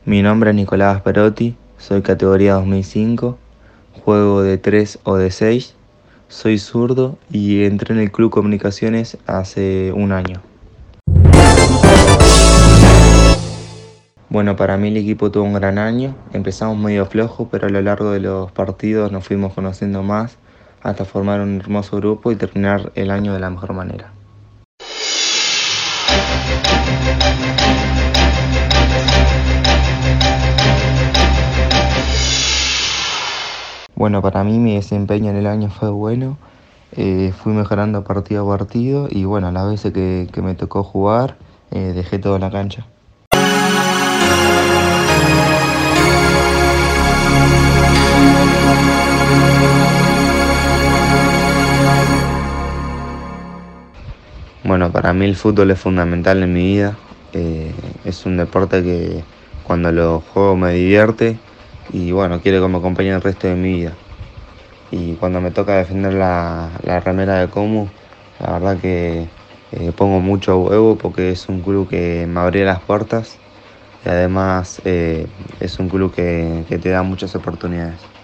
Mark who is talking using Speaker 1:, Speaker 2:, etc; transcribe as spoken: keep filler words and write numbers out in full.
Speaker 1: Mi nombre es Nicolás Perotti, soy categoría dos mil cinco, juego de tres o de seis, soy zurdo y entré en el Club Comunicaciones hace un año. Bueno, para mí el equipo tuvo un gran año, empezamos medio flojo, pero a lo largo de los partidos nos fuimos conociendo más hasta formar un hermoso grupo y terminar el año de la mejor manera. Bueno, para mí mi desempeño en el año fue bueno, eh, fui mejorando partido a partido y bueno, las veces que, que me tocó jugar, eh, dejé todo en la cancha. Bueno, para mí el fútbol es fundamental en mi vida, eh, es un deporte que cuando lo juego me divierte y bueno, quiero que me acompañe el resto de mi vida. Y cuando me toca defender la, la remera de Comu, la verdad que eh, pongo mucho huevo porque es un club que me abrió las puertas y además eh, es un club que, que te da muchas oportunidades.